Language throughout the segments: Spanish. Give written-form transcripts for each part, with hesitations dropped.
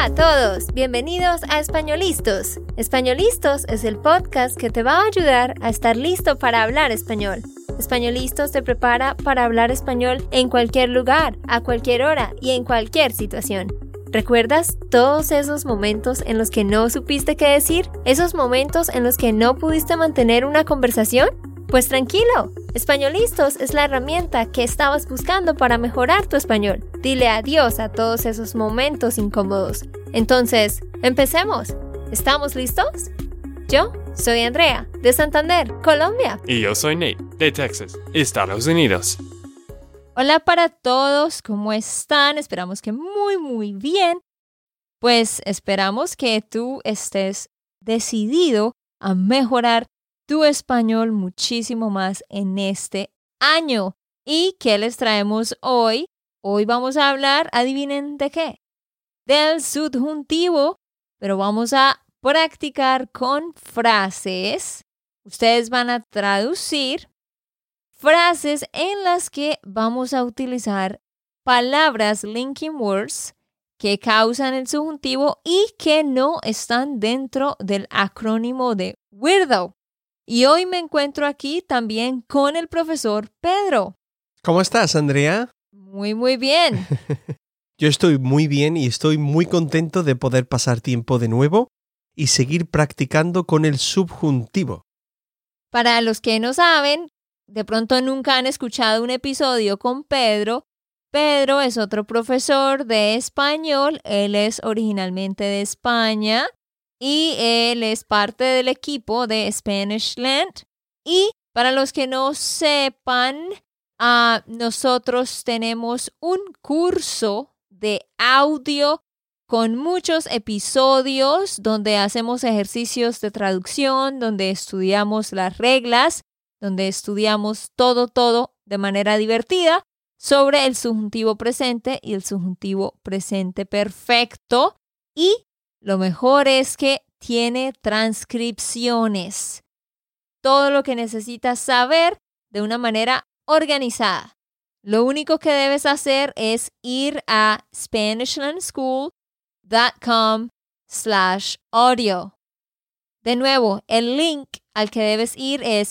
a todos, bienvenidos a Españolistos. Españolistos es el podcast que te va a ayudar a estar listo para hablar español. Españolistos te prepara para hablar español en cualquier lugar, a cualquier hora y en cualquier situación. ¿Recuerdas todos esos momentos en los que no supiste qué decir? ¿Esos momentos en los que no pudiste mantener una conversación? Pues tranquilo, Españolistos es la herramienta que estabas buscando para mejorar tu español. Dile adiós a todos esos momentos incómodos. Entonces, empecemos. ¿Estamos listos? Yo soy Andrea, de Santander, Colombia. Y yo soy Nate, de Texas, Estados Unidos. Hola para todos, ¿cómo están? Esperamos que muy bien. Pues esperamos que tú estés decidido a mejorar tu español muchísimo más en este año. ¿Y qué les traemos hoy? Hoy vamos a hablar, adivinen de qué, del subjuntivo, pero vamos a practicar con frases. Ustedes van a traducir frases en las que vamos a utilizar palabras linking words que causan el subjuntivo y que no están dentro del acrónimo de weirdo. Y hoy me encuentro aquí también con el profesor Pedro. ¿Cómo estás, Andrea? Muy bien. Yo estoy muy bien y estoy muy contento de poder pasar tiempo de nuevo y seguir practicando con el subjuntivo. Para los que no saben, de pronto nunca han escuchado un episodio con Pedro. Pedro es otro profesor de español. Él es originalmente de España y él es parte del equipo de Spanishland. Y para los que no sepan, nosotros tenemos un curso de audio con muchos episodios donde hacemos ejercicios de traducción, donde estudiamos las reglas, donde estudiamos todo de manera divertida sobre el subjuntivo presente y el subjuntivo presente perfecto. Y lo mejor es que tiene transcripciones. Todo lo que necesitas saber de una manera organizada. Lo único que debes hacer es ir a SpanishLandSchool.com/audio. De nuevo, el link al que debes ir es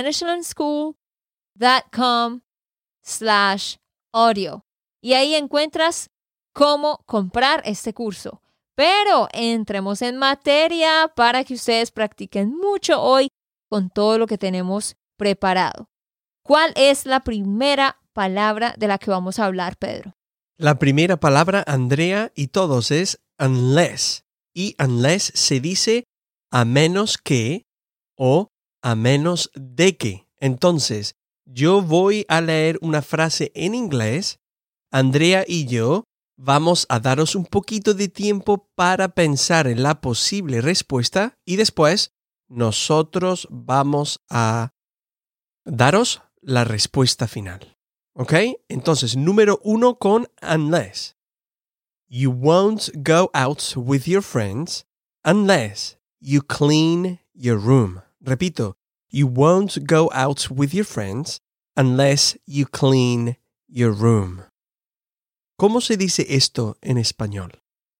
SpanishLandSchool.com/audio. Y ahí encuentras cómo comprar este curso. Pero entremos en materia para que ustedes practiquen mucho hoy con todo lo que tenemos preparado. ¿Cuál es la primera palabra de la que vamos a hablar, Pedro? La primera palabra, Andrea, y todos es unless. Y unless se dice a menos que o a menos de que. Entonces, yo voy a leer una frase en inglés. Andrea y yo vamos a daros un poquito de tiempo para pensar en la posible respuesta y después nosotros vamos a daros la respuesta final. ¿Ok? Entonces, número 1 con unless. You won't go out with your friends unless you clean your room. Repito, you won't go out with your friends unless you clean your room. ¿Cómo se dice esto en español?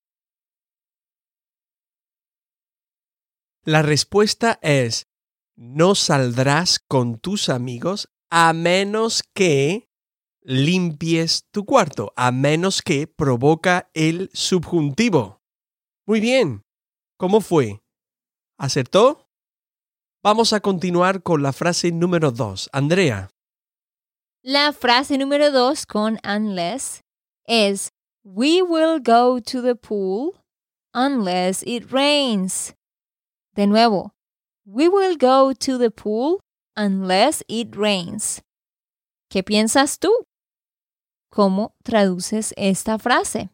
La respuesta es: no saldrás con tus amigos a menos que limpies tu cuarto, a menos que provoca el subjuntivo. Muy bien. ¿Cómo fue? ¿Acertó? Vamos a continuar con la frase número 2. Andrea. La frase número 2 con unless es we will go to the pool unless it rains. De nuevo, we will go to the pool unless it rains. ¿Qué piensas tú? ¿Cómo traduces esta frase?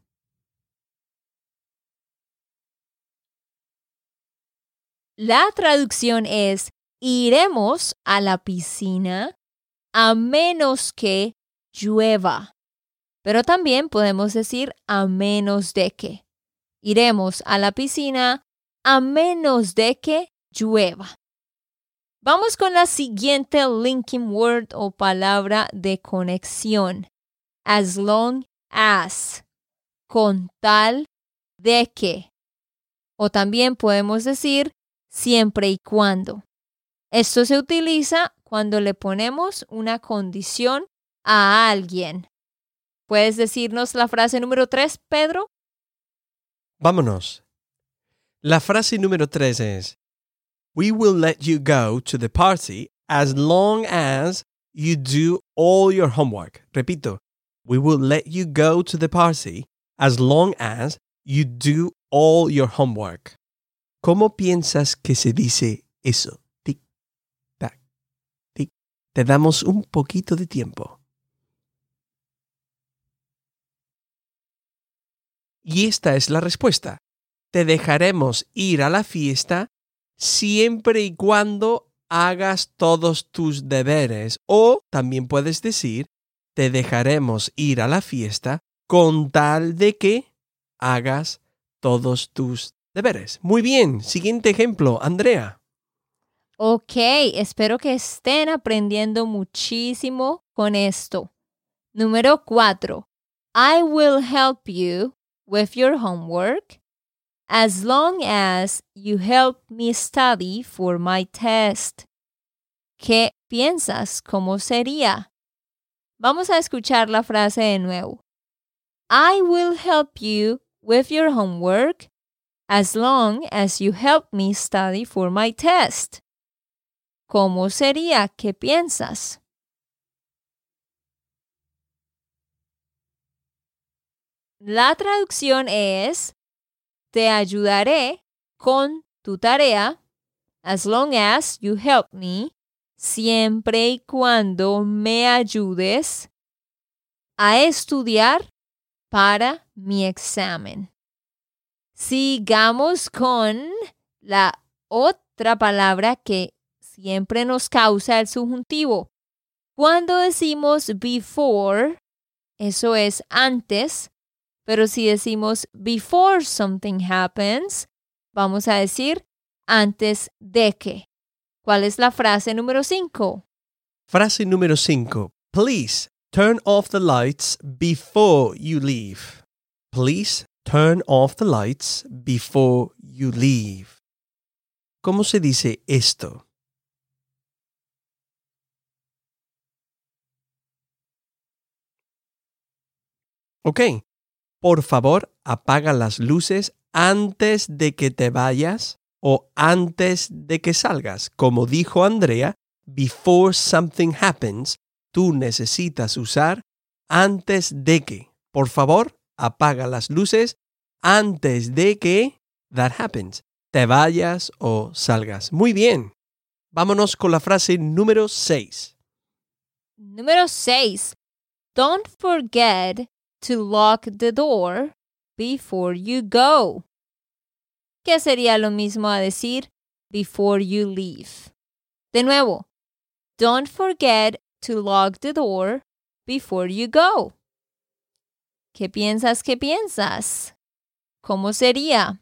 La traducción es iremos a la piscina a menos que llueva. Pero también podemos decir a menos de que. Iremos a la piscina a menos de que llueva. Vamos con la siguiente linking word o palabra de conexión. As long as. Con tal de que. O también podemos decir siempre y cuando. Esto se utiliza cuando le ponemos una condición a alguien. ¿Puedes decirnos la frase número 3, Pedro? Vámonos. La frase número 3 es: We will let you go to the party as long as you do all your homework. Repito. We will let you go to the party as long as you do all your homework. ¿Cómo piensas que se dice eso? Tic, tac, tic. Te damos un poquito de tiempo. Y esta es la respuesta. Te dejaremos ir a la fiesta siempre y cuando hagas todos tus deberes. O también puedes decir, te dejaremos ir a la fiesta con tal de que hagas todos tus deberes. Muy bien. Siguiente ejemplo, Andrea. Ok, espero que estén aprendiendo muchísimo con esto. Número 4. I will help you with your homework as long as you help me study for my test. ¿Qué piensas? ¿Cómo sería? Vamos a escuchar la frase de nuevo. I will help you with your homework as long as you help me study for my test. ¿Cómo sería? ¿Qué piensas? La traducción es: te ayudaré con tu tarea as long as you help me, siempre y cuando me ayudes a estudiar para mi examen. Sigamos con la otra palabra que siempre nos causa el subjuntivo. Cuando decimos before, eso es antes, pero si decimos before something happens, vamos a decir antes de que. ¿Cuál es la frase número 5? Frase número 5. Please turn off the lights before you leave. Please turn off the lights before you leave. ¿Cómo se dice esto? Ok. Por favor, apaga las luces antes de que te vayas o antes de que salgas. Como dijo Andrea, before something happens, tú necesitas usar antes de que. Por favor, apaga las luces antes de que that happens, te vayas o salgas. Muy bien. Vámonos con la frase número 6. Número 6. Don't forget to lock the door before you go. ¿Qué sería lo mismo a decir before you leave? De nuevo, don't forget to lock the door before you go. ¿Qué piensas? ¿Qué piensas? ¿Cómo sería?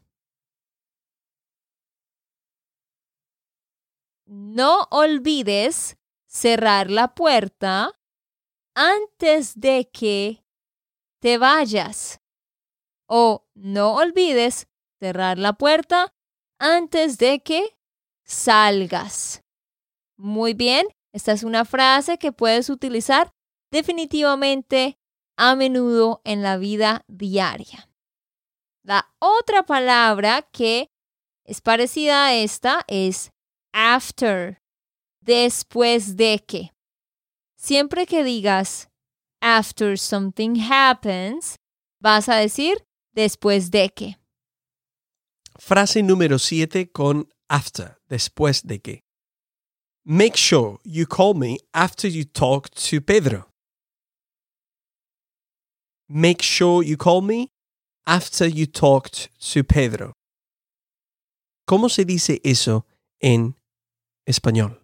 No olvides cerrar la puerta antes de que te vayas. O no olvides cerrar la puerta antes de que salgas. Muy bien, esta es una frase que puedes utilizar definitivamente a menudo en la vida diaria. La otra palabra que es parecida a esta es after, después de que. Siempre que digas after something happens, vas a decir después de que. Frase número 7 con after, después de que. Make sure you call me after you talk to Pedro. Make sure you call me after you talked to Pedro. ¿Cómo se dice eso en español?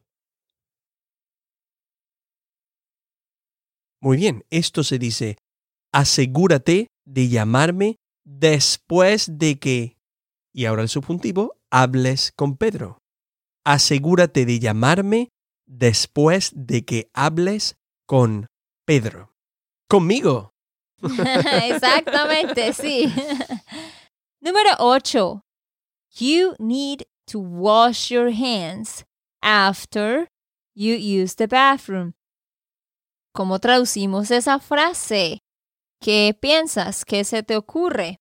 Muy bien, esto se dice: asegúrate de llamarme después de que, y ahora el subjuntivo, hables con Pedro. Asegúrate de llamarme después de que hables con Pedro. ¡Conmigo! Exactamente, sí. Número 8. You need to wash your hands after you use the bathroom. ¿Cómo traducimos esa frase? ¿Qué piensas? ¿Qué se te ocurre?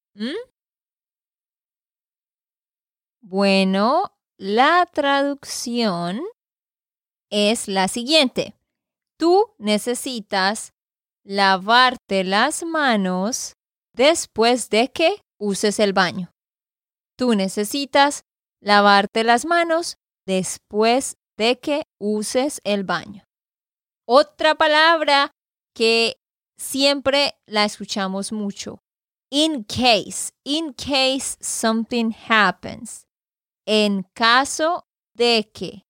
Bueno, la traducción es la siguiente. Tú necesitas lavarte las manos después de que uses el baño. Tú necesitas lavarte las manos después de que uses el baño. Otra palabra que siempre la escuchamos mucho. In case something happens. En caso de que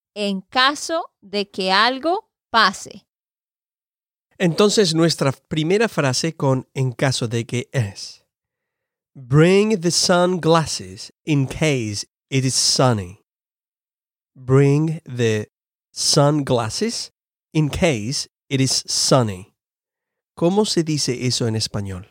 algo pase. Entonces nuestra primera frase con en caso de que es: Bring the sunglasses in case it is sunny. Bring the sunglasses in case it is sunny. ¿Cómo se dice eso en español?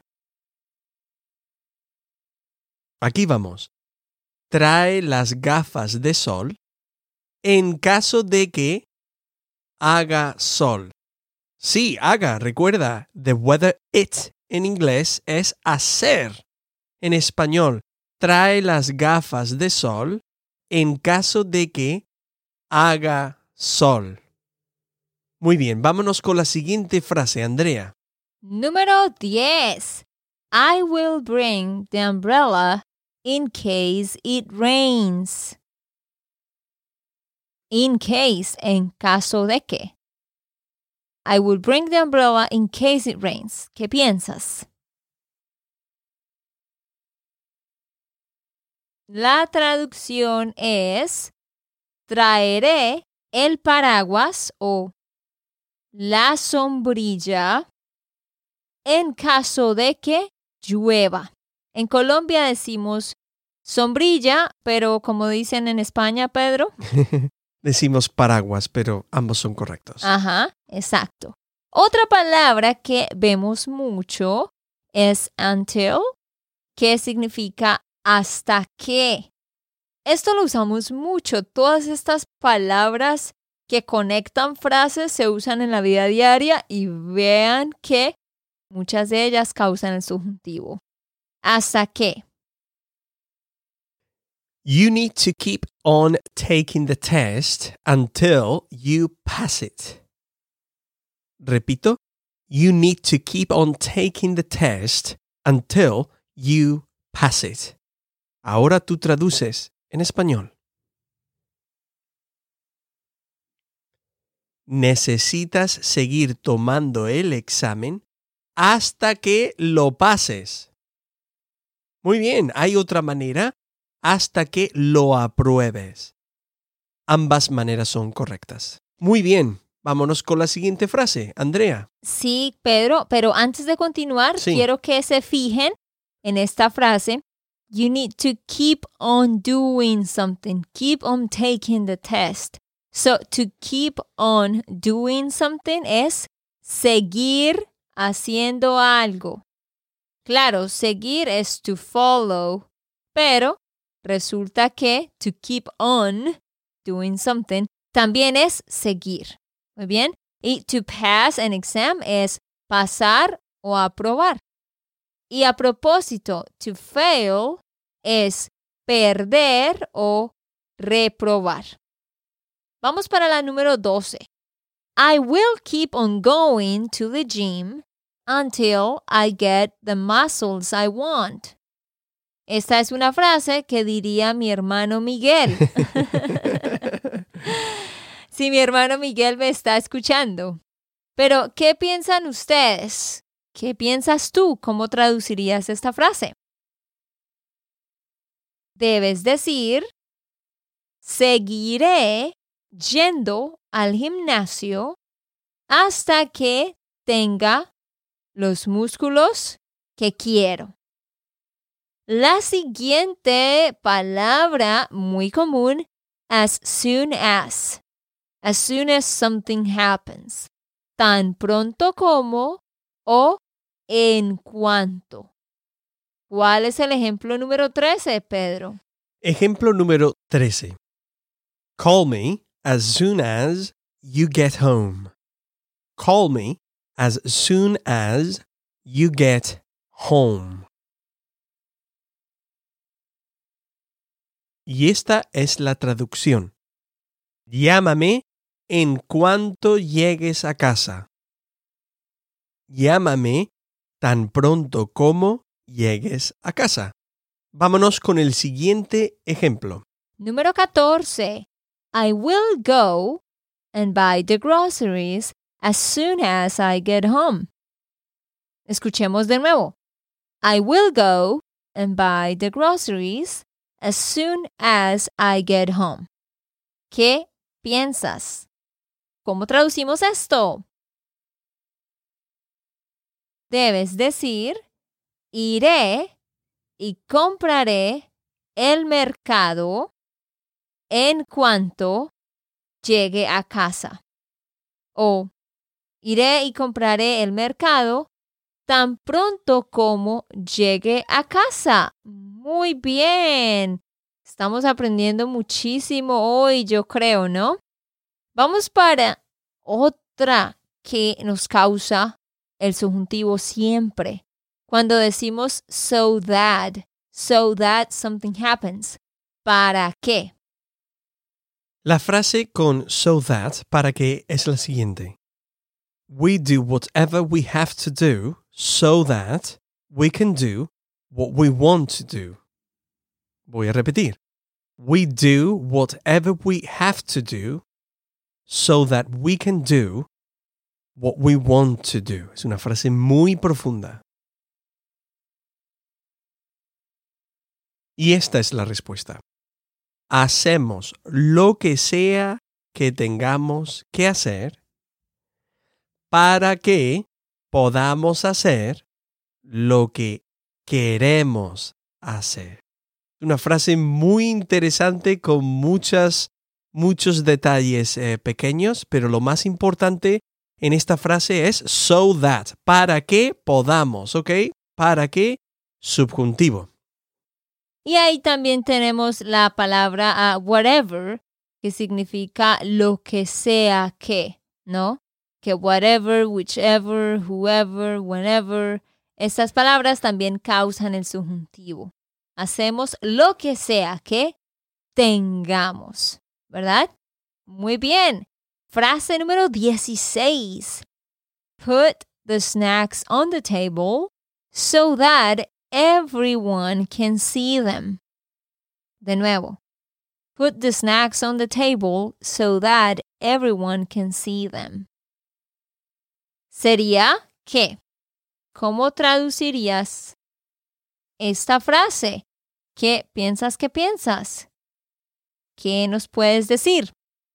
Aquí vamos. Trae las gafas de sol en caso de que haga sol. Sí, haga, recuerda, the weather it en inglés es hacer. En español, trae las gafas de sol en caso de que haga sol. Muy bien, vámonos con la siguiente frase, Andrea. Número 10. I will bring the umbrella in case it rains. In case, en caso de que. I will bring the umbrella in case it rains. ¿Qué piensas? La traducción es: traeré el paraguas o la sombrilla en caso de que llueva. En Colombia decimos sombrilla, pero como dicen en España, Pedro. Decimos paraguas, pero ambos son correctos. Ajá, exacto. Otra palabra que vemos mucho es until, que significa hasta que. Esto lo usamos mucho. Todas estas palabras que conectan frases se usan en la vida diaria y vean que muchas de ellas causan el subjuntivo. ¿Hasta qué? You need to keep on taking the test until you pass it. Repito, you need to keep on taking the test until you pass it. Ahora tú traduces en español. Necesitas seguir tomando el examen hasta que lo pases. Muy bien, ¿hay otra manera? Hasta que lo apruebes. Ambas maneras son correctas. Muy bien, vámonos con la siguiente frase, Andrea. Sí, Pedro, pero antes de continuar, quiero que se fijen en esta frase. You need to keep on doing something. Keep on taking the test. So, to keep on doing something es seguir haciendo algo. Claro, seguir es to follow, pero resulta que to keep on doing something también es seguir. Muy bien. Y to pass an exam es pasar o aprobar. Y a propósito, to fail es perder o reprobar. Vamos para la número 12. I will keep on going to the gym until I get the muscles I want. Esta es una frase que diría mi hermano Miguel. Si mi hermano Miguel me está escuchando. Pero, ¿qué piensan ustedes? ¿Qué piensas tú? ¿Cómo traducirías esta frase? Debes decir, seguiré yendo al gimnasio hasta que tenga los músculos que quiero. La siguiente palabra muy común, as soon as. As soon as something happens. Tan pronto como o en cuanto. ¿Cuál es el ejemplo número 13, Pedro? Ejemplo número 13. Call me as soon as you get home. Call me as soon as you get home. Y esta es la traducción. Llámame en cuanto llegues a casa. Llámame tan pronto como llegues a casa. Vámonos con el siguiente ejemplo. Número 14. I will go and buy the groceries as soon as I get home. Escuchemos de nuevo. I will go and buy the groceries as soon as I get home. ¿Qué piensas? ¿Cómo traducimos esto? Debes decir, iré y compraré el mercado en cuanto llegue a casa. O iré y compraré el mercado tan pronto como llegue a casa. Muy bien. Estamos aprendiendo muchísimo hoy, yo creo, ¿no? Vamos para otra que nos causa el subjuntivo siempre. Cuando decimos so that something happens. ¿Para qué? La frase con so that, ¿para qué? Es la siguiente. We do whatever we have to do so that we can do what we want to do. Voy a repetir. We do whatever we have to do so that we can do what we want to do. Es una frase muy profunda. Y esta es la respuesta. Hacemos lo que sea que tengamos que hacer para que podamos hacer lo que queremos hacer. Una frase muy interesante con muchos detalles pequeños, pero lo más importante en esta frase es so that, para que podamos, ¿ok? Para que, subjuntivo. Y ahí también tenemos la palabra whatever, que significa lo que sea que, ¿no? Que whatever, whichever, whoever, whenever, estas palabras también causan el subjuntivo. Hacemos lo que sea que tengamos, ¿verdad? Muy bien. Frase número 16. Put the snacks on the table so that everyone can see them. De nuevo. Put the snacks on the table so that everyone can see them. ¿Sería qué? ¿Cómo traducirías esta frase? ¿Qué piensas que piensas? ¿Qué nos puedes decir?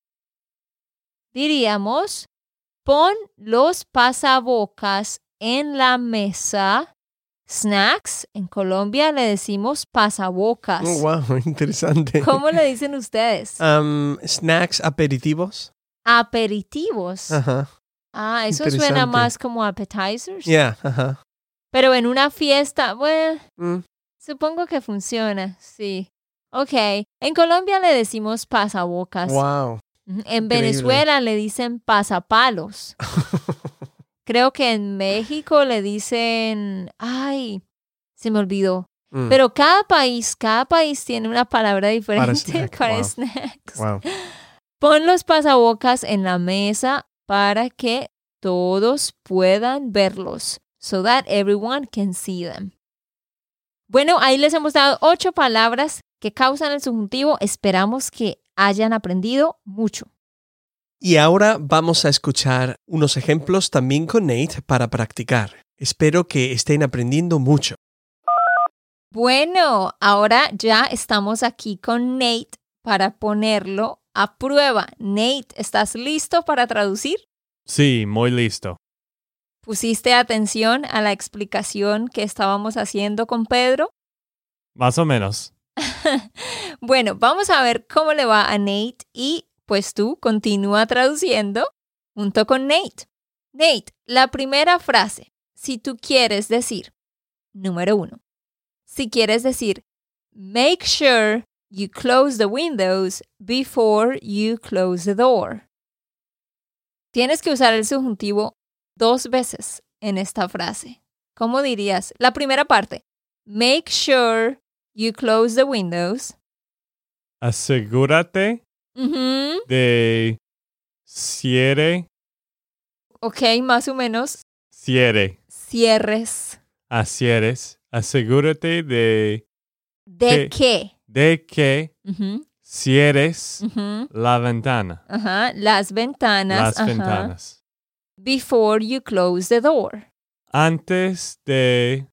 Diríamos, pon los pasabocas en la mesa. Snacks, en Colombia le decimos pasabocas. Oh, wow, interesante. ¿Cómo le dicen ustedes? Snacks, aperitivos. Aperitivos. Ajá. Ah, eso suena más como appetizers. Yeah, ajá. Pero en una fiesta, bueno, supongo que funciona, sí. Ok, en Colombia le decimos pasabocas. Wow. En Increíble. Venezuela le dicen pasapalos. Creo que en México le dicen, ay, se me olvidó. Pero cada país tiene una palabra diferente para snacks. Wow. Pon los pasabocas en la mesa para que todos puedan verlos, so that everyone can see them. Bueno, ahí les hemos dado 8 palabras que causan el subjuntivo. Esperamos que hayan aprendido mucho. Y ahora vamos a escuchar unos ejemplos también con Nate para practicar. Espero que estén aprendiendo mucho. Bueno, ahora ya estamos aquí con Nate para ponerlo a prueba. Nate, ¿estás listo para traducir? Sí, muy listo. ¿Pusiste atención a la explicación que estábamos haciendo con Pedro? Más o menos. Bueno, vamos a ver cómo le va a Nate y pues tú continúa traduciendo junto con Nate. Nate, la primera frase, si tú quieres decir, número 1, si quieres decir, make sure you close the windows before you close the door. Tienes que usar el subjuntivo 2 veces en esta frase. ¿Cómo dirías? La primera parte, make sure you close the windows. Asegúrate de cierre. Ok, más o menos. Cierres. Cierres. Asegúrate de ¿De qué? De que Ujú, cierres ujú. la ventana. Ajá, las ventanas. Las ventanas. Before you close the door. Antes de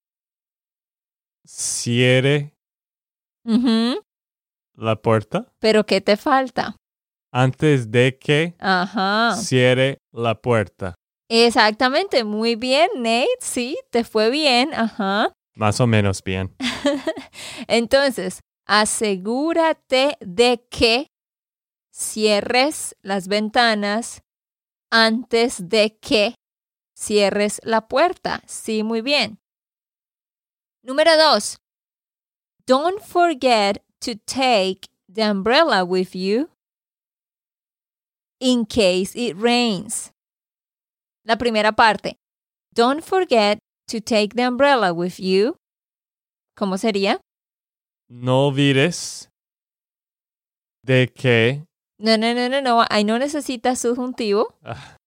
cierre Ujú, la puerta. pero ¿qué te falta? Antes de que Ajá. cierre la puerta. Exactamente, muy bien, Nate. Sí, te fue bien. Ajá. Más o menos bien. Entonces, asegúrate de que cierres las ventanas antes de que cierres la puerta. Sí, muy bien. Número 2. Don't forget to take the umbrella with you in case it rains. La primera parte. Don't forget to take the umbrella with you. ¿Cómo sería? No olvides de que No. Ahí no necesitas subjuntivo.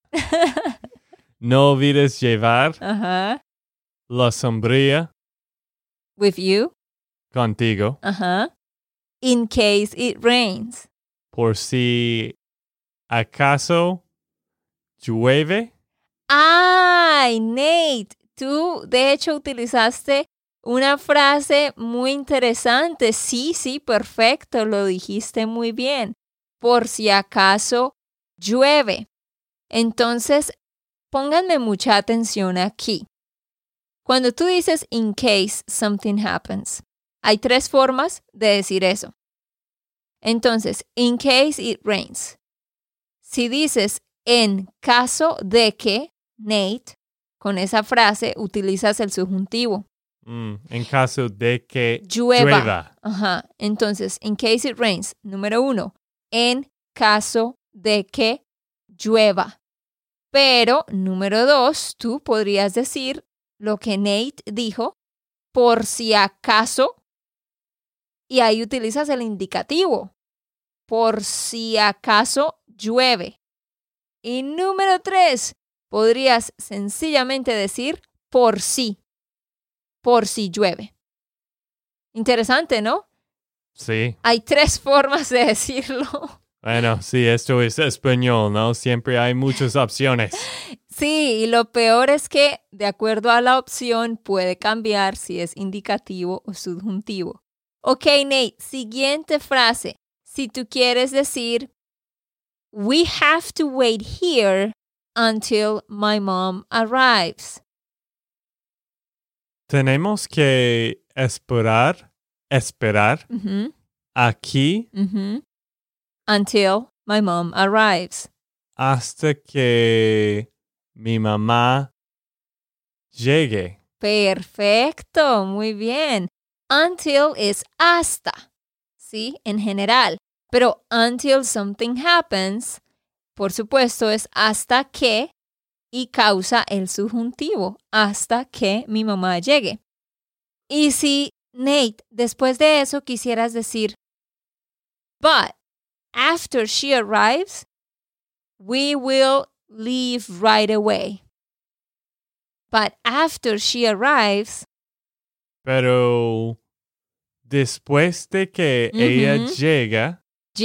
no olvides llevar Ajá. la sombrilla With you. contigo Ajá. In case it rains. por si acaso llueve. ¡Ay, Nate! Tú, de hecho, utilizaste una frase muy interesante. Sí, perfecto. Lo dijiste muy bien. Por si acaso llueve. Entonces, pónganme mucha atención aquí. Cuando tú dices in case something happens, hay 3 formas de decir eso. Entonces, in case it rains. Si dices en caso de que, Nate, con esa frase utilizas el subjuntivo. En caso de que Llueva. Ajá. Entonces, in case it rains, número 1, en caso de que llueva. Pero, número 2, tú podrías decir lo que Nate dijo, por si acaso, y ahí utilizas el indicativo, por si acaso llueve. Y número 3, podrías sencillamente decir por si llueve. Interesante, ¿no? Sí. Hay 3 formas de decirlo. Bueno, sí, esto es español, ¿no? Siempre hay muchas opciones. Sí, y lo peor es que de acuerdo a la opción puede cambiar si es indicativo o subjuntivo. Ok, Nate, siguiente frase. Si tú quieres decir, we have to wait here until my mom arrives. Tenemos que esperar Ujú, aquí ujú. Until my mom arrives. hasta que mi mamá llegue. Perfecto, muy bien. Until es hasta, ¿sí? En general. Pero until something happens, por supuesto, es hasta que y causa el subjuntivo, hasta que mi mamá llegue. Y si, Nate, después de eso quisieras decir, but after she arrives, we will leave right away. But after she arrives, Pero después de que ella Ujú. llega,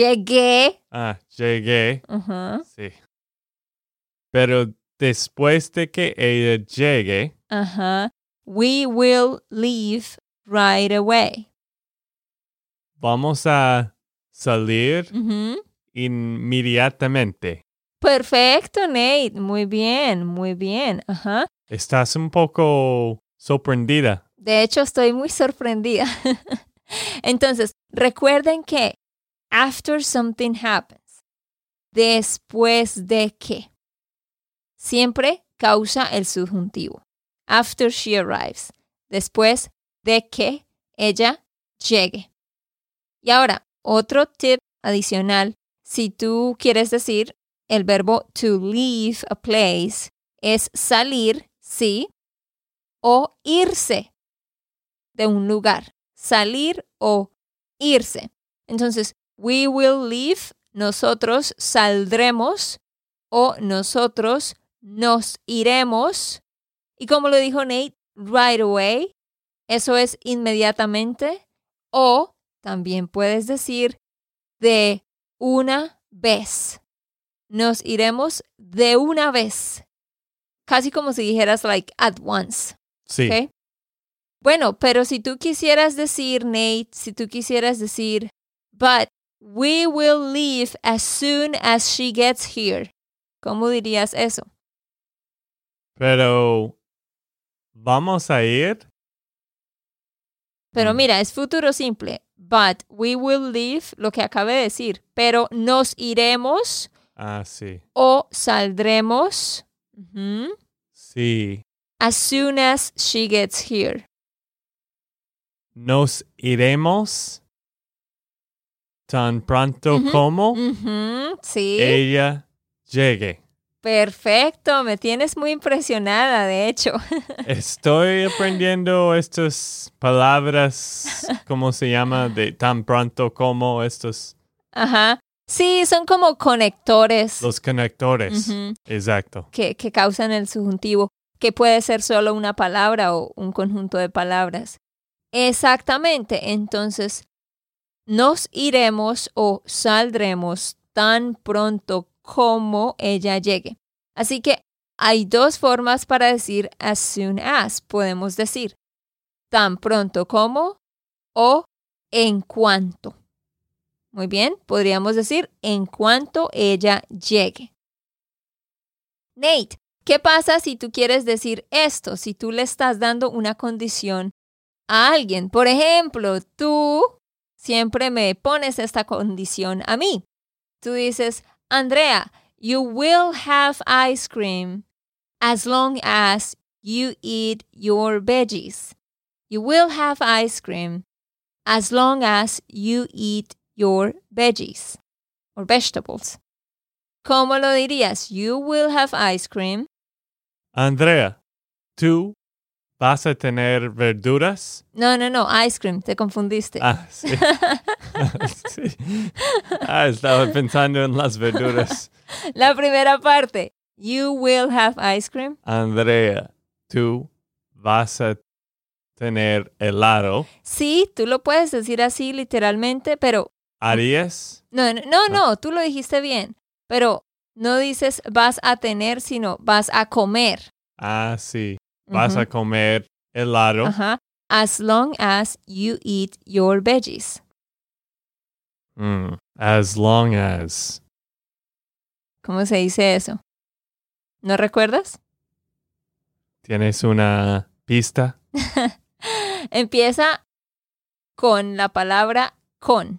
llegué. llegué, sí. Pero después de que ella llegue, We will leave right away. vamos a salir Ujú. inmediatamente. Perfecto, Nate. Muy bien, muy bien. Estás un poco sorprendida. De hecho, estoy muy sorprendida. Entonces, recuerden que after something happens, después de que, siempre causa el subjuntivo. After she arrives. Después de que ella llegue. Y ahora, otro tip adicional, si tú quieres decir el verbo to leave a place, es salir, sí, o irse de un lugar. Salir o irse. Entonces, we will leave, nosotros saldremos o nosotros nos iremos. Y como lo dijo Nate, right away, eso es inmediatamente. O también puedes decir de una vez. Nos iremos de una vez. Casi como si dijeras like at once. Sí. ¿Okay? Bueno, pero si tú quisieras decir, Nate, si tú quisieras decir, but we will leave as soon as she gets here. ¿Cómo dirías eso? Pero, ¿vamos a ir? Pero mira, es futuro simple. But we will leave, lo que acabé de decir. Pero nos iremos Ah, sí. o saldremos Sí. as soon as she gets here. Nos iremos tan pronto como Sí. ella llegue. Perfecto, me tienes muy impresionada, de hecho. Estoy aprendiendo estas palabras, ¿cómo se llama? De tan pronto como estos, Ajá. Sí, son como conectores los conectores. Exacto. que causan el subjuntivo, que puede ser solo una palabra o un conjunto de palabras. Exactamente. Entonces, nos iremos o saldremos tan pronto como ella llegue. Así que hay dos formas para decir as soon as. Podemos decir tan pronto como o en cuanto. Muy bien, podríamos decir en cuanto ella llegue. Nate, ¿qué pasa si tú quieres decir esto? Si tú le estás dando una condición a alguien. Por ejemplo, tú siempre me pones esta condición a mí. Tú dices, Andrea, you will have ice cream as long as you eat your veggies. You will have ice cream as long as you eat your veggies or vegetables. ¿Cómo lo dirías? You will have ice cream. Andrea, ¿tú vas a tener verduras? No, ice cream, te confundiste. Ah, sí. Sí. Ah, estaba pensando en las verduras. La primera parte, you will have ice cream. Andrea, ¿tú vas a tener helado? Sí, tú lo puedes decir así literalmente, pero ¿Harías? no, tú lo dijiste bien, pero no dices vas a tener, sino vas a comer. Ah, sí. Vas a comer helado. Ajá. As long as you eat your veggies. As long as. ¿Cómo se dice eso? ¿No recuerdas? ¿Tienes una pista? Empieza con la palabra con.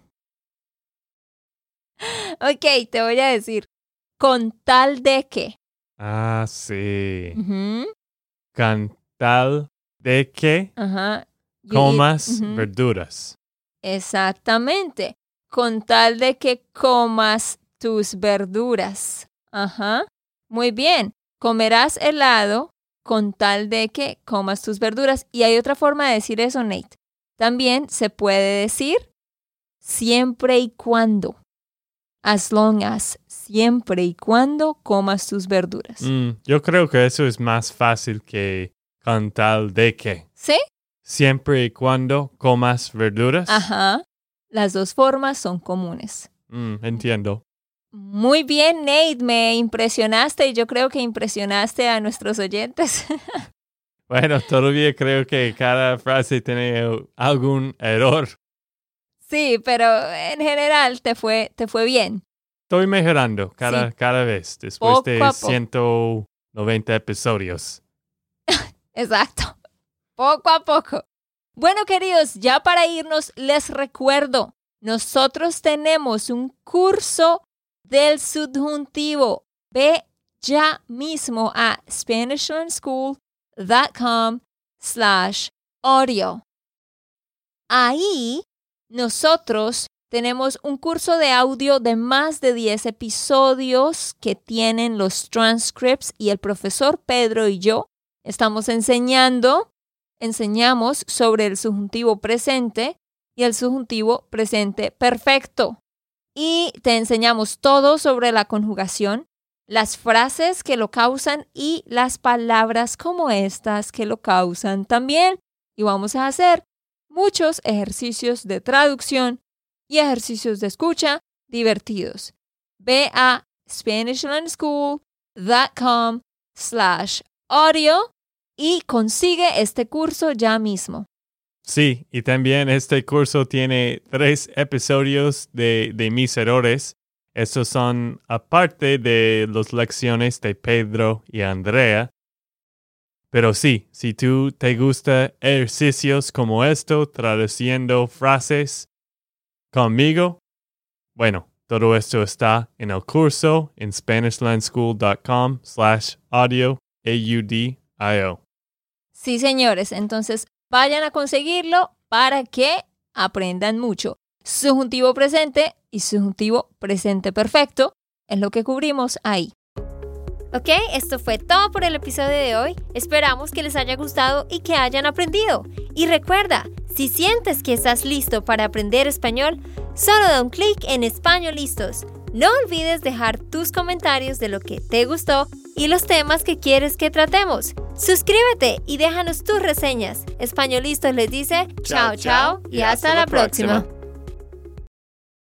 Ok, te voy a decir. Con tal de que. Ah, sí. Ujú. Con tal de que Ajá. You comas eat- verduras. Exactamente. Con tal de que comas tus verduras. Ajá. Muy bien. Comerás helado con tal de que comas tus verduras. Y hay otra forma de decir eso, Nate. También se puede decir siempre y cuando. As long as. Siempre y cuando comas tus verduras. Yo creo que eso es más fácil que con tal de que. ¿Sí? Siempre y cuando comas verduras. Ajá. Las dos formas son comunes. Entiendo. Muy bien, Nate. Me impresionaste y yo creo que impresionaste a nuestros oyentes. Bueno, todavía creo que cada frase tiene algún error. Sí, pero en general te fue bien. Estoy mejorando cada vez después Poco de a poco. 190 episodios. Exacto. Poco a poco. Bueno, queridos, ya para irnos, les recuerdo, nosotros tenemos un curso del subjuntivo. Ve ya mismo a SpanishLearnSchool.com/audio. Ahí nosotros tenemos un curso de audio de más de 10 episodios que tienen los transcripts y el profesor Pedro y yo estamos enseñamos sobre el subjuntivo presente y el subjuntivo presente perfecto. Y te enseñamos todo sobre la conjugación, las frases que lo causan y las palabras como estas que lo causan también. Y vamos a hacer muchos ejercicios de traducción y ejercicios de escucha divertidos. Ve a SpanishLearnSchool.com/audio y consigue este curso ya mismo. Sí, y también este curso tiene 3 episodios de mis errores. Estos son aparte de las lecciones de Pedro y Andrea. Pero sí, si tú te gusta ejercicios como esto, traduciendo frases conmigo, bueno, todo esto está en el curso en SpanishLearnSchool.com/audio. Sí, señores, entonces vayan a conseguirlo para que aprendan mucho. Subjuntivo presente y subjuntivo presente perfecto es lo que cubrimos ahí. Ok, esto fue todo por el episodio de hoy. Esperamos que les haya gustado y que hayan aprendido. Y recuerda, si sientes que estás listo para aprender español, solo da un clic en Español Listos. No olvides dejar tus comentarios de lo que te gustó y los temas que quieres que tratemos. Suscríbete y déjanos tus reseñas. Español Listos les dice chao, chao y hasta la próxima.